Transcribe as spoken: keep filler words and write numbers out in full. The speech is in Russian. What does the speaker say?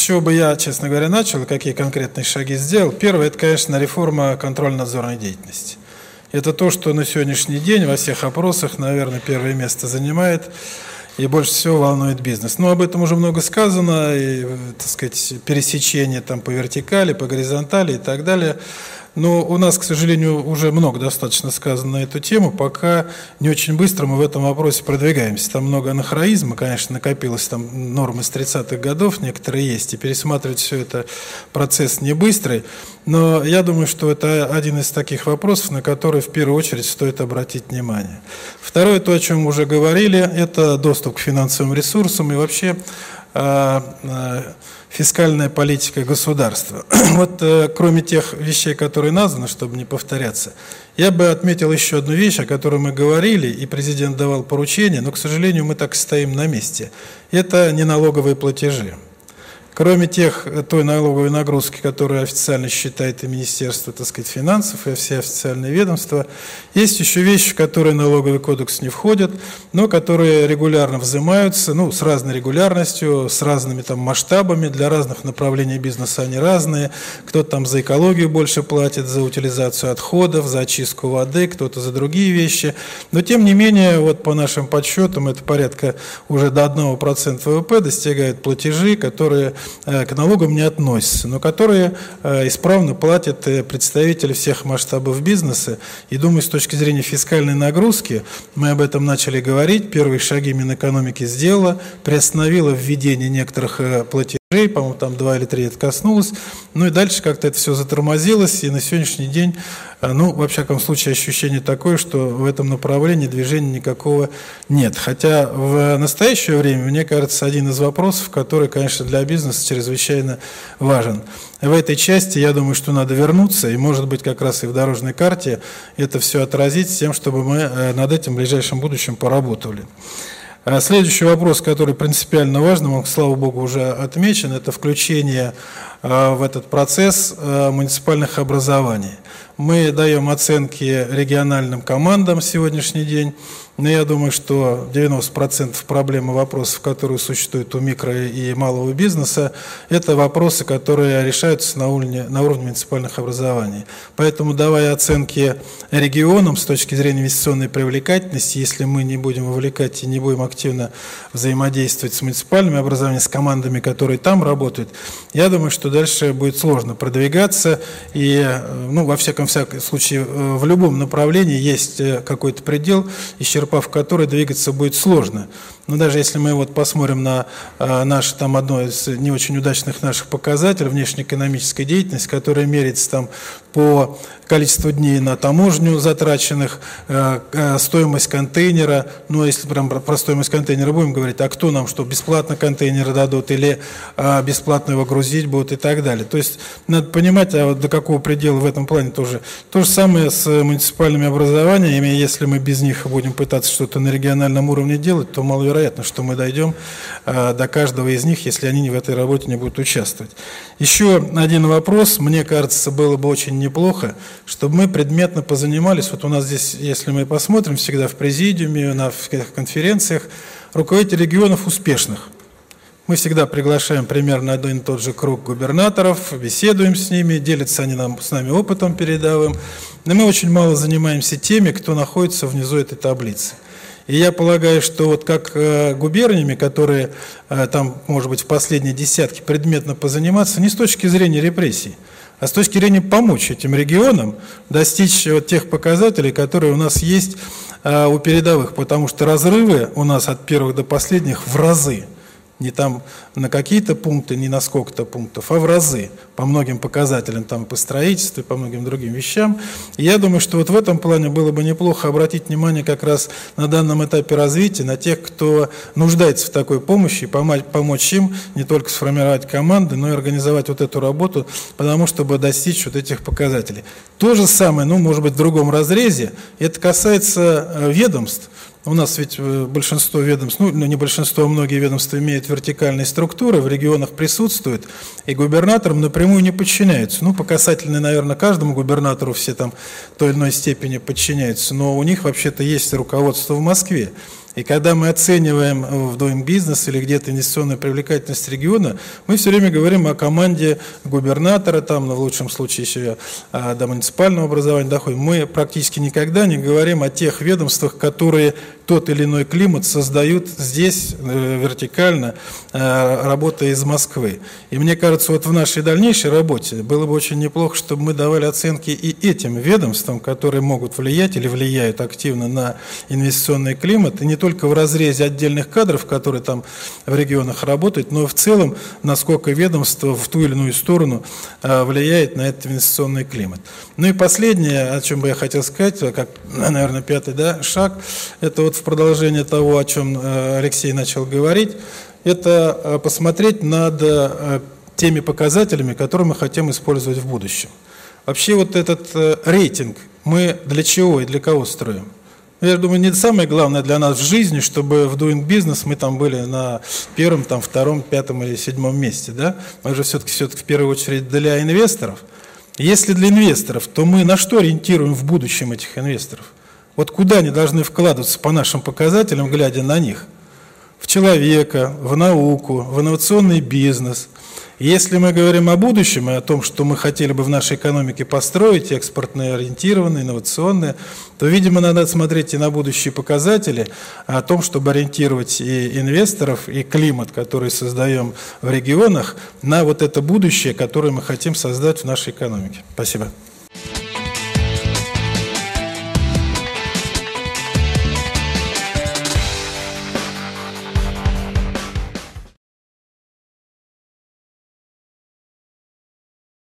чего бы я, честно говоря, начал, какие конкретные шаги сделал. Первое, это, конечно, реформа контрольно-надзорной деятельности. Это то, что на сегодняшний день во всех опросах, наверное, первое место занимает и больше всего волнует бизнес. Но об этом уже много сказано, и, так сказать, пересечение там по вертикали, по горизонтали и так далее. Но у нас, к сожалению, уже много достаточно сказано на эту тему, пока не очень быстро мы в этом вопросе продвигаемся. Там много анахронизма, конечно, накопилось, там нормы с тридцатых годов некоторые есть, и пересматривать все это процесс не быстрый. Но я думаю, что это один из таких вопросов, на который в первую очередь стоит обратить внимание. Второе, то, о чем мы уже говорили, это доступ к финансовым ресурсам и вообще фискальная политика государства. Вот кроме тех вещей, которые названы, чтобы не повторяться, я бы отметил еще одну вещь, о которой мы говорили, и президент давал поручение, но, к сожалению, мы так и стоим на месте. Это неналоговые платежи. Кроме тех, той налоговой нагрузки, которую официально считает и Министерство, так сказать, финансов, и все официальные ведомства, есть еще вещи, в которые налоговый кодекс не входят, но которые регулярно взимаются, ну, с разной регулярностью, с разными там масштабами, для разных направлений бизнеса они разные. Кто-то там за экологию больше платит, за утилизацию отходов, за очистку воды, кто-то за другие вещи. Но, тем не менее, вот по нашим подсчетам, это порядка уже до одного процента ВВП достигают платежи, которые к налогам не относятся, но которые исправно платят представители всех масштабов бизнеса. И думаю, с точки зрения фискальной нагрузки, мы об этом начали говорить, первые шаги Минэкономики сделала, приостановила введение некоторых платежей, по-моему, там два или три это коснулось, ну и дальше как-то это все затормозилось, и на сегодняшний день, ну, во всяком случае, ощущение такое, что в этом направлении движения никакого нет. Хотя в настоящее время, мне кажется, один из вопросов, который, конечно, для бизнеса чрезвычайно важен. В этой части, я думаю, что надо вернуться, и, может быть, как раз и в дорожной карте это все отразить с тем, чтобы мы над этим в ближайшем будущем поработали. Следующий вопрос, который принципиально важным, он, слава богу, уже отмечен, это включение в этот процесс муниципальных образований. Мы даем оценки региональным командам в сегодняшний день, но я думаю, что девяносто процентов проблем и вопросов, которые существуют у микро и малого бизнеса, это вопросы, которые решаются на уровне, на уровне муниципальных образований. Поэтому, давая оценки регионам с точки зрения инвестиционной привлекательности, если мы не будем вовлекать и не будем активно взаимодействовать с муниципальными образованиями, с командами, которые там работают, я думаю, что дальше будет сложно продвигаться. И, ну, во всяком, всяком случае, в любом направлении есть какой-то предел, исчерпав который двигаться будет сложно. Но даже если мы вот посмотрим на а, наше там одно из не очень удачных наших показателей, внешнеэкономической деятельности, которая меряется там по количеству дней на таможню затраченных, а, а, стоимость контейнера, ну если прям про, про стоимость контейнера будем говорить, а кто нам что, бесплатно контейнеры дадут или а, бесплатно его грузить будут и так далее. То есть надо понимать, а вот до какого предела в этом плане тоже. То же самое с муниципальными образованиями, если мы без них будем пытаться что-то на региональном уровне делать, то маловероятно, Вероятно, что мы дойдем а, до каждого из них, если они в этой работе не будут участвовать. Еще один вопрос, мне кажется, было бы очень неплохо, чтобы мы предметно позанимались. Вот у нас здесь, если мы посмотрим, всегда в президиуме, на конференциях, руководители регионов успешных. Мы всегда приглашаем примерно один и тот же круг губернаторов, беседуем с ними, делятся они нам, с нами опытом передовым. Но мы очень мало занимаемся теми, кто находится внизу этой таблицы. И я полагаю, что вот как э, губерниями, которые э, там, может быть, в последней десятке предметно позаниматься, не с точки зрения репрессий, а с точки зрения помочь этим регионам достичь вот тех показателей, которые у нас есть э, у передовых, потому что разрывы у нас от первых до последних в разы. Не там на какие-то пункты, не на сколько-то пунктов, а в разы, по многим показателям, там, по строительству, по многим другим вещам. И я думаю, что вот в этом плане было бы неплохо обратить внимание как раз на данном этапе развития, на тех, кто нуждается в такой помощи, и помочь, помочь им не только сформировать команды, но и организовать вот эту работу, потому чтобы достичь вот этих показателей. То же самое, ну, может быть, в другом разрезе, это касается ведомств. У нас ведь большинство ведомств, ну не большинство, многие ведомства имеют вертикальные структуры, в регионах присутствуют, и губернаторам напрямую не подчиняются. Ну, по касательной, наверное, каждому губернатору все там в той или иной степени подчиняются, но у них вообще-то есть руководство в Москве. И когда мы оцениваем в Doing Business или где-то инвестиционную привлекательность региона, мы все время говорим о команде губернатора, там, ну, в лучшем случае еще до муниципального образования доходим. Мы практически никогда не говорим о тех ведомствах, которые тот или иной климат создают здесь вертикально, работая из Москвы. И мне кажется, вот в нашей дальнейшей работе было бы очень неплохо, чтобы мы давали оценки и этим ведомствам, которые могут влиять или влияют активно на инвестиционный климат, и не только в разрезе отдельных кадров, которые там в регионах работают, но и в целом, насколько ведомство в ту или иную сторону влияет на этот инвестиционный климат. Ну и последнее, о чем бы я хотел сказать, как, наверное, пятый, да, шаг, это вот в продолжение того, о чем Алексей начал говорить, это посмотреть над теми показателями, которые мы хотим использовать в будущем. Вообще вот этот рейтинг мы для чего и для кого строим? Я думаю, не самое главное для нас в жизни, чтобы в Doing Business мы там были на первом, там, втором, пятом или седьмом месте. Да? Мы же все-таки, все-таки в первую очередь для инвесторов. Если для инвесторов, то мы на что ориентируем в будущем этих инвесторов? Вот куда они должны вкладываться по нашим показателям, глядя на них? В человека, в науку, в инновационный бизнес. Если мы говорим о будущем и о том, что мы хотели бы в нашей экономике построить, экспортно ориентированные, инновационные, то, видимо, надо смотреть и на будущие показатели, о том, чтобы ориентировать и инвесторов, и климат, который создаем в регионах, на вот это будущее, которое мы хотим создать в нашей экономике. Спасибо.